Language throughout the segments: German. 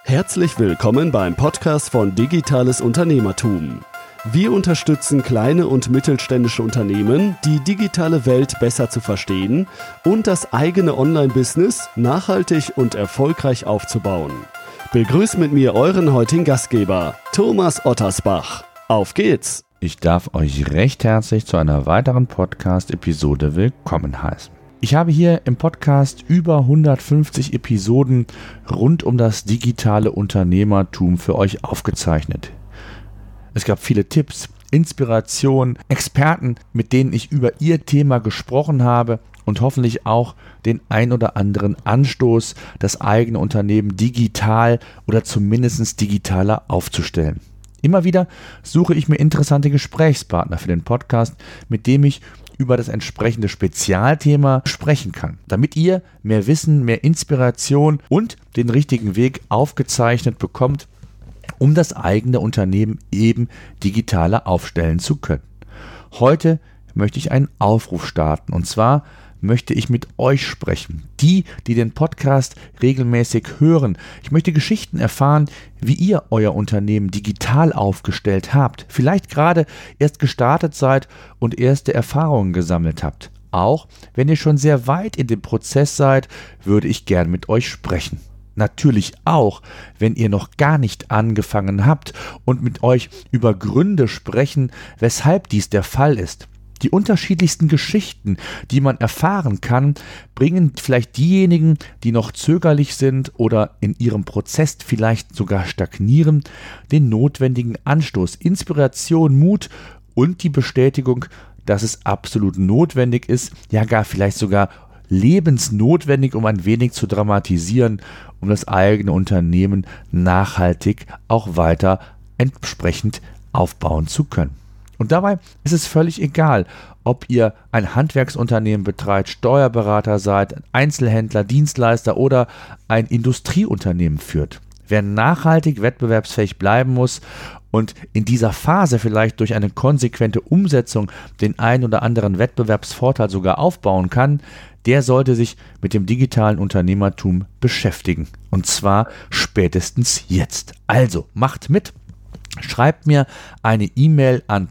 Herzlich willkommen beim Podcast von Digitales Unternehmertum. Wir unterstützen kleine und mittelständische Unternehmen, die digitale Welt besser zu verstehen und das eigene Online-Business nachhaltig und erfolgreich aufzubauen. Begrüßt mit mir euren heutigen Gastgeber, Thomas Ottersbach. Auf geht's! Ich darf euch recht herzlich zu einer weiteren Podcast-Episode willkommen heißen. Ich habe hier im Podcast über 150 Episoden rund um das digitale Unternehmertum für euch aufgezeichnet. Es gab viele Tipps, Inspirationen, Experten, mit denen ich über ihr Thema gesprochen habe und hoffentlich auch den ein oder anderen Anstoß, das eigene Unternehmen digital oder zumindest digitaler aufzustellen. Immer wieder suche ich mir interessante Gesprächspartner für den Podcast, mit dem ich über das entsprechende Spezialthema sprechen kann, damit ihr mehr Wissen, mehr Inspiration und den richtigen Weg aufgezeichnet bekommt, um das eigene Unternehmen eben digitaler aufstellen zu können. Heute möchte ich einen Aufruf starten, und zwar möchte ich mit euch sprechen, die den Podcast regelmäßig hören. Ich möchte Geschichten erfahren, wie ihr euer Unternehmen digital aufgestellt habt, vielleicht gerade erst gestartet seid und erste Erfahrungen gesammelt habt. Auch wenn ihr schon sehr weit in dem Prozess seid, würde ich gern mit euch sprechen. Natürlich auch, wenn ihr noch gar nicht angefangen habt und mit euch über Gründe sprechen, weshalb dies der Fall ist. Die unterschiedlichsten Geschichten, die man erfahren kann, bringen vielleicht diejenigen, die noch zögerlich sind oder in ihrem Prozess vielleicht sogar stagnieren, den notwendigen Anstoß, Inspiration, Mut und die Bestätigung, dass es absolut notwendig ist, ja gar vielleicht sogar lebensnotwendig, um ein wenig zu dramatisieren, um das eigene Unternehmen nachhaltig auch weiter entsprechend aufbauen zu können. Und dabei ist es völlig egal, ob ihr ein Handwerksunternehmen betreibt, Steuerberater seid, Einzelhändler, Dienstleister oder ein Industrieunternehmen führt. Wer nachhaltig wettbewerbsfähig bleiben muss und in dieser Phase vielleicht durch eine konsequente Umsetzung den ein oder anderen Wettbewerbsvorteil sogar aufbauen kann, der sollte sich mit dem digitalen Unternehmertum beschäftigen. Und zwar spätestens jetzt. Also macht mit! Schreibt mir eine E-Mail an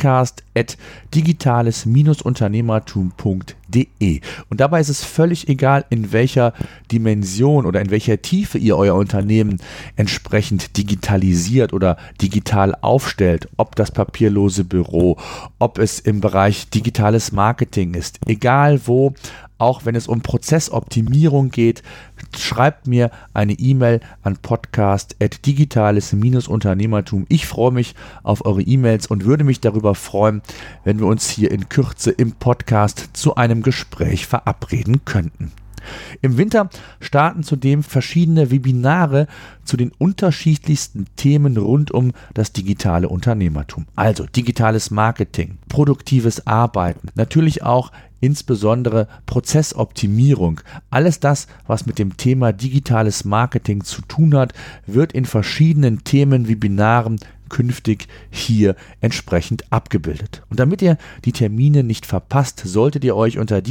podcast@digitales-unternehmertum.de. Und dabei ist es völlig egal, in welcher Dimension oder in welcher Tiefe ihr euer Unternehmen entsprechend digitalisiert oder digital aufstellt. Ob das papierlose Büro, ob es im Bereich digitales Marketing ist. Egal wo, auch wenn es um Prozessoptimierung geht, schreibt mir eine E-Mail an podcast@digitales-unternehmertum. Ich freue mich auf eure E-Mails und würde mich darüber freuen, wenn wir uns hier in Kürze im Podcast zu einem Gespräch verabreden könnten. Im Winter starten zudem verschiedene Webinare zu den unterschiedlichsten Themen rund um das digitale Unternehmertum. Also digitales Marketing, produktives Arbeiten, natürlich auch insbesondere Prozessoptimierung. Alles das, was mit dem Thema digitales Marketing zu tun hat, wird in verschiedenen Themenwebinaren künftig hier entsprechend abgebildet. Und damit ihr die Termine nicht verpasst, solltet ihr euch unter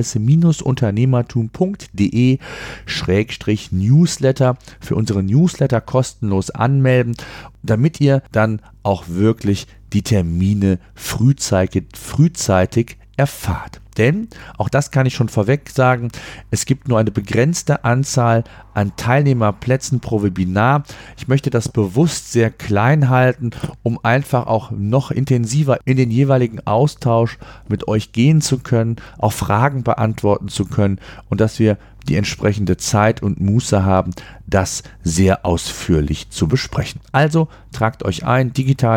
digitales-unternehmertum.de/Newsletter für unsere Newsletter kostenlos anmelden, damit ihr dann auch wirklich die Termine frühzeitig erfahrt. Denn, auch das kann ich schon vorweg sagen, es gibt nur eine begrenzte Anzahl an Teilnehmerplätzen pro Webinar. Ich möchte das bewusst sehr klein halten, um einfach auch noch intensiver in den jeweiligen Austausch mit euch gehen zu können, auch Fragen beantworten zu können und dass wir die entsprechende Zeit und Muße haben, das sehr ausführlich zu besprechen. Also tragt euch ein,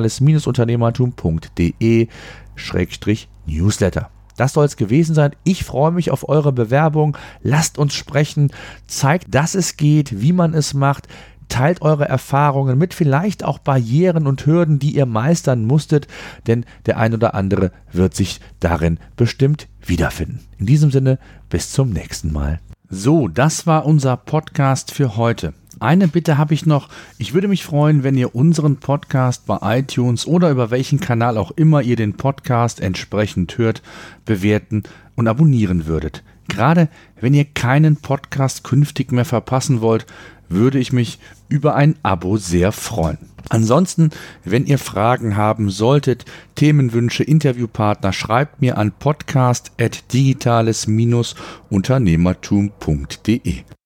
digitales-unternehmertum.de/Newsletter. Das soll es gewesen sein. Ich freue mich auf eure Bewerbung. Lasst uns sprechen. Zeigt, dass es geht, wie man es macht. Teilt eure Erfahrungen mit vielleicht auch Barrieren und Hürden, die ihr meistern musstet, denn der ein oder andere wird sich darin bestimmt wiederfinden. In diesem Sinne, bis zum nächsten Mal. So, das war unser Podcast für heute. Eine Bitte habe ich noch. Ich würde mich freuen, wenn ihr unseren Podcast bei iTunes oder über welchen Kanal auch immer ihr den Podcast entsprechend hört, bewerten und abonnieren würdet. Gerade wenn ihr keinen Podcast künftig mehr verpassen wollt, würde ich mich über ein Abo sehr freuen. Ansonsten, wenn ihr Fragen haben solltet, Themenwünsche, Interviewpartner, schreibt mir an podcast@digitales-unternehmertum.de.